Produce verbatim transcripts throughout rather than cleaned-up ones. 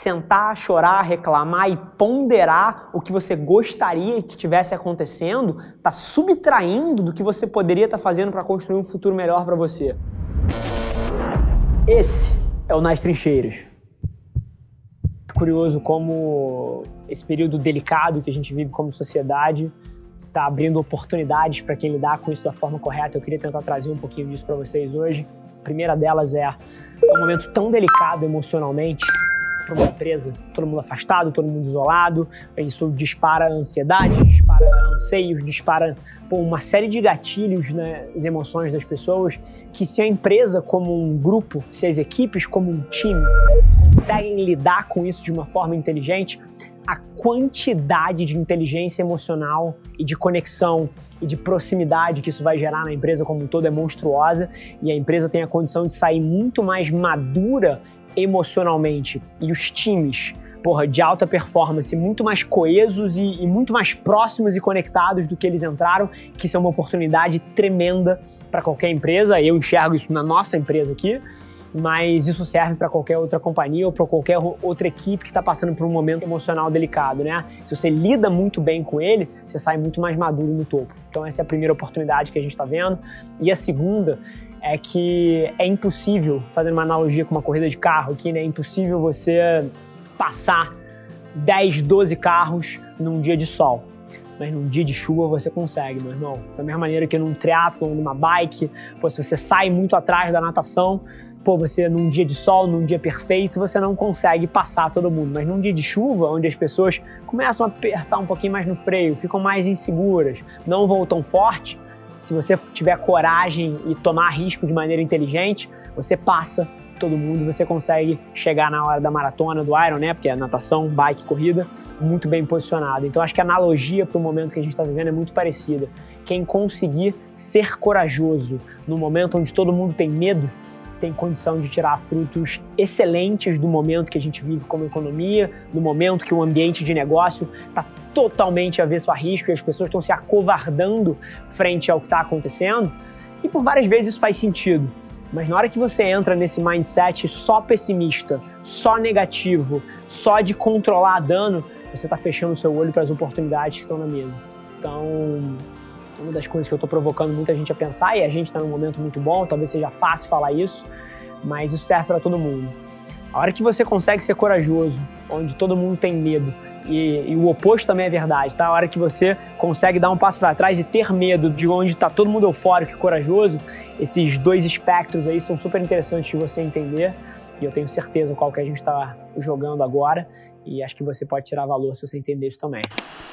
sentar, chorar, reclamar e ponderar o que você gostaria que tivesse acontecendo, tá subtraindo do que você poderia estar fazendo para construir um futuro melhor para você. Esse é o Nas Trincheiras. É curioso como esse período delicado que a gente vive como sociedade está abrindo oportunidades para quem lidar com isso da forma correta. Eu queria tentar trazer um pouquinho disso para vocês hoje. A primeira delas é um momento tão delicado emocionalmente para uma empresa, todo mundo afastado, todo mundo isolado, isso dispara ansiedade, dispara anseios, dispara pô, uma série de gatilhos nas emoções das pessoas, que se a empresa como um grupo, se as equipes como um time conseguem lidar com isso de uma forma inteligente, a quantidade de inteligência emocional e de conexão e de proximidade que isso vai gerar na empresa como um todo é monstruosa, e a empresa tem a condição de sair muito mais madura emocionalmente, e os times, porra, de alta performance muito mais coesos e, e muito mais próximos e conectados do que eles entraram, que isso é uma oportunidade tremenda para qualquer empresa. Eu enxergo isso na nossa empresa aqui, mas isso serve para qualquer outra companhia ou para qualquer outra equipe que está passando por um momento emocional delicado, né? Se você lida muito bem com ele, você sai muito mais maduro no topo. Então essa é a primeira oportunidade que a gente está vendo. E a segunda é que é impossível, fazendo uma analogia com uma corrida de carro aqui, né? É impossível você passar dez, doze carros num dia de sol. Mas num dia de chuva você consegue, meu irmão. Da mesma maneira que num triatlon, numa bike, pô, se você sai muito atrás da natação, pô, você num dia de sol, num dia perfeito, você não consegue passar todo mundo. Mas num dia de chuva, onde as pessoas começam a apertar um pouquinho mais no freio, ficam mais inseguras, não vão tão forte, se você tiver coragem e tomar risco de maneira inteligente, você passa todo mundo, você consegue chegar na hora da maratona, do Iron, né? Porque é natação, bike, corrida, muito bem posicionado. Então acho que a analogia para o momento que a gente está vivendo é muito parecida. Quem conseguir ser corajoso no momento onde todo mundo tem medo, tem condição de tirar frutos excelentes do momento que a gente vive como economia, do momento que o ambiente de negócio está totalmente avesso a risco e as pessoas estão se acovardando frente ao que está acontecendo. E por várias vezes isso faz sentido. Mas na hora que você entra nesse mindset só pessimista, só negativo, só de controlar dano, você está fechando o seu olho para as oportunidades que estão na mesa. Então, uma das coisas que eu estou provocando muita gente a pensar, e a gente está num momento muito bom, talvez seja fácil falar isso, mas isso serve para todo mundo. A hora que você consegue ser corajoso, onde todo mundo tem medo, e, e o oposto também é verdade, tá? A hora que você consegue dar um passo para trás e ter medo de onde está todo mundo eufórico e corajoso, esses dois espectros aí são super interessantes de você entender, e eu tenho certeza qual que a gente está jogando agora, e acho que você pode tirar valor se você entender isso também.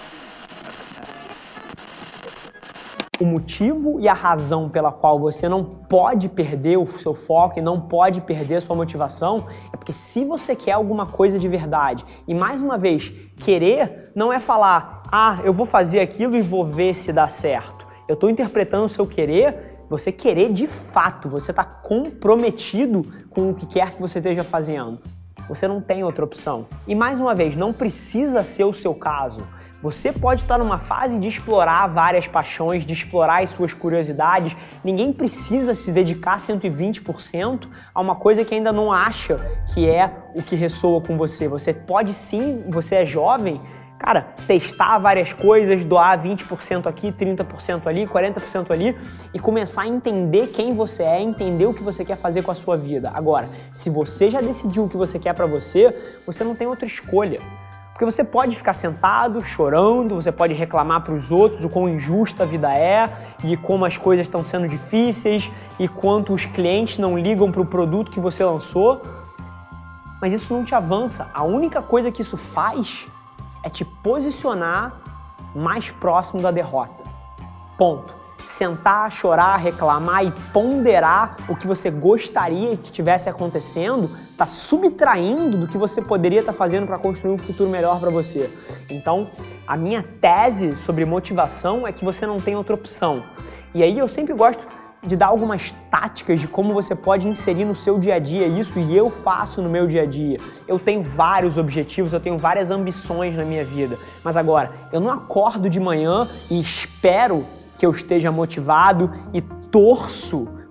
O motivo e a razão pela qual você não pode perder o seu foco e não pode perder a sua motivação é porque se você quer alguma coisa de verdade, e mais uma vez, querer não é falar, ah, eu vou fazer aquilo e vou ver se dá certo. Eu estou interpretando o seu querer, você querer de fato, você está comprometido com o que quer que você esteja fazendo. Você não tem outra opção. E mais uma vez, não precisa ser o seu caso. Você pode estar numa fase de explorar várias paixões, de explorar as suas curiosidades. Ninguém precisa se dedicar cento e vinte por cento a uma coisa que ainda não acha que é o que ressoa com você. Você pode sim, você é jovem, cara, testar várias coisas, doar vinte por cento aqui, trinta por cento ali, quarenta por cento ali e começar a entender quem você é, entender o que você quer fazer com a sua vida. Agora, se você já decidiu o que você quer para você, você não tem outra escolha. Porque você pode ficar sentado, chorando, você pode reclamar para os outros o quão injusta a vida é e como as coisas estão sendo difíceis e quanto os clientes não ligam para o produto que você lançou, mas isso não te avança. A única coisa que isso faz é te posicionar mais próximo da derrota. Ponto. Sentar, chorar, reclamar e ponderar o que você gostaria que tivesse acontecendo está subtraindo do que você poderia estar fazendo para construir um futuro melhor para você. Então, a minha tese sobre motivação é que você não tem outra opção. E aí eu sempre gosto de dar algumas táticas de como você pode inserir no seu dia a dia isso, e eu faço no meu dia a dia. Eu tenho vários objetivos, eu tenho várias ambições na minha vida, mas agora, eu não acordo de manhã e espero que eu esteja motivado e torço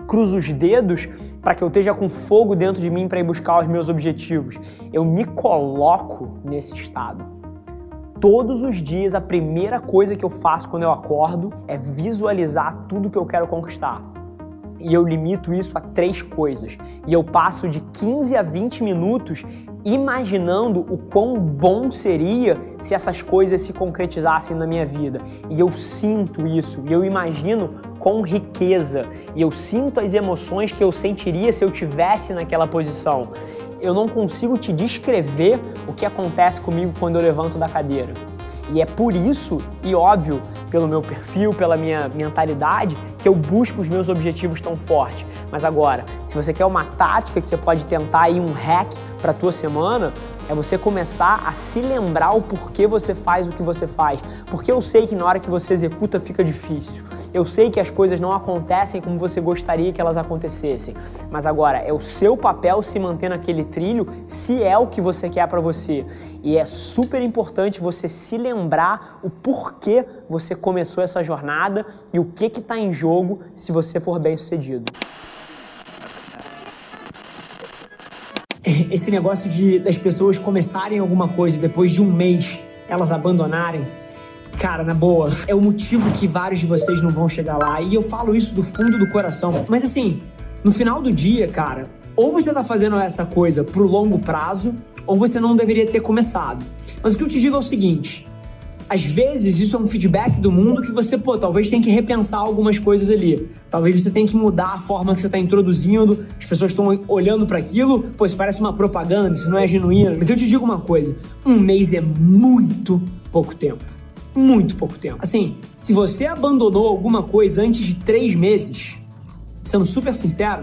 cruzo os dedos para que eu esteja com fogo dentro de mim para ir buscar os meus objetivos. Eu me coloco nesse estado. Todos os dias, a primeira coisa que eu faço quando eu acordo é visualizar tudo que eu quero conquistar. E eu limito isso a três coisas. E eu passo de quinze a vinte minutos imaginando o quão bom seria se essas coisas se concretizassem na minha vida. E eu sinto isso, e eu imagino com riqueza, e eu sinto as emoções que eu sentiria se eu tivesse naquela posição. Eu não consigo te descrever o que acontece comigo quando eu levanto da cadeira. E é por isso, e óbvio, pelo meu perfil, pela minha mentalidade, que eu busco os meus objetivos tão forte. Mas agora, se você quer uma tática que você pode tentar aí, um hack para a tua semana, é você começar a se lembrar o porquê você faz o que você faz. Porque eu sei que na hora que você executa fica difícil. Eu sei que as coisas não acontecem como você gostaria que elas acontecessem. Mas agora, é o seu papel se manter naquele trilho se é o que você quer para você. E é super importante você se lembrar o porquê você começou essa jornada e o que que está em jogo se você for bem sucedido. Esse negócio de das pessoas começarem alguma coisa e depois de um mês elas abandonarem, cara, na boa, é o motivo que vários de vocês não vão chegar lá. E eu falo isso do fundo do coração. Mas assim, no final do dia, cara, ou você tá fazendo essa coisa pro longo prazo, ou você não deveria ter começado. Mas o que eu te digo é o seguinte: às vezes isso é um feedback do mundo que você, pô, talvez tenha que repensar algumas coisas ali. Talvez você tenha que mudar a forma que você está introduzindo, as pessoas estão olhando para aquilo, pô, isso parece uma propaganda, isso não é genuíno. Mas eu te digo uma coisa, um mês é muito pouco tempo. Muito pouco tempo. Assim, se você abandonou alguma coisa antes de três meses, sendo super sincero,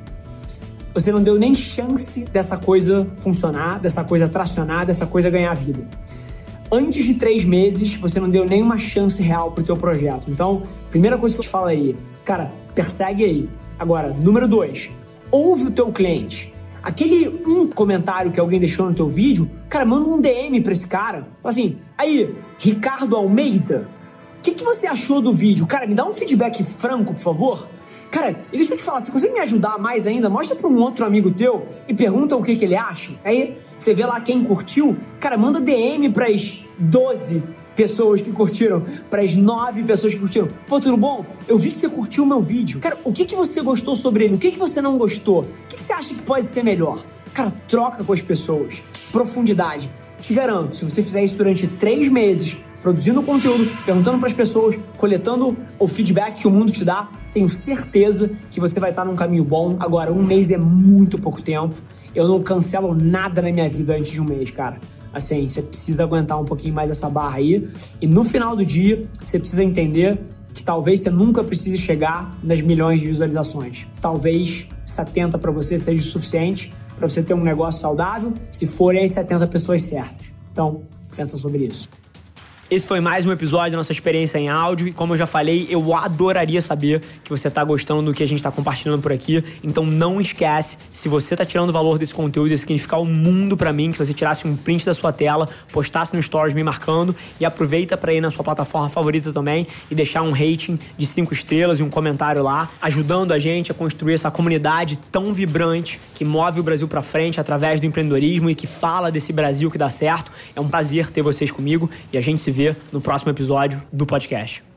você não deu nem chance dessa coisa funcionar, dessa coisa tracionar, dessa coisa ganhar vida. Antes de três meses, você não deu nenhuma chance real pro teu projeto. Então, primeira coisa que eu te falaria, cara, persegue aí. Agora, número dois, ouve o teu cliente. Aquele um comentário que alguém deixou no teu vídeo, cara, manda um D M pra esse cara. Fala assim, aí, Ricardo Almeida, o que, que você achou do vídeo? Cara, me dá um feedback franco, por favor. Cara, e deixa eu te falar, você consegue me ajudar mais ainda? Mostra para um outro amigo teu e pergunta o que, que ele acha. Aí você vê lá quem curtiu. Cara, manda D M para as doze pessoas que curtiram, para as nove pessoas que curtiram. Pô, tudo bom? Eu vi que você curtiu o meu vídeo. Cara, o que, que você gostou sobre ele? O que, que você não gostou? O que, que você acha que pode ser melhor? Cara, troca com as pessoas. Profundidade. Te garanto, se você fizer isso durante três meses, produzindo conteúdo, perguntando para as pessoas, coletando o feedback que o mundo te dá, tenho certeza que você vai estar num caminho bom. Agora, um mês é muito pouco tempo. Eu não cancelo nada na minha vida antes de um mês, cara. Assim, você precisa aguentar um pouquinho mais essa barra aí. E no final do dia, você precisa entender que talvez você nunca precise chegar nas milhões de visualizações. Talvez setenta para você seja o suficiente para você ter um negócio saudável, se forem as setenta pessoas certas. Então, pensa sobre isso. Esse foi mais um episódio da nossa experiência em áudio e, como eu já falei, eu adoraria saber que você está gostando do que a gente está compartilhando por aqui. Então não esquece, se você está tirando valor desse conteúdo, ia significar o mundo para mim, que você tirasse um print da sua tela, postasse no Stories me marcando e aproveita para ir na sua plataforma favorita também e deixar um rating de cinco estrelas e um comentário lá, ajudando a gente a construir essa comunidade tão vibrante que move o Brasil para frente através do empreendedorismo e que fala desse Brasil que dá certo. É um prazer ter vocês comigo e a gente se vê no próximo episódio do podcast.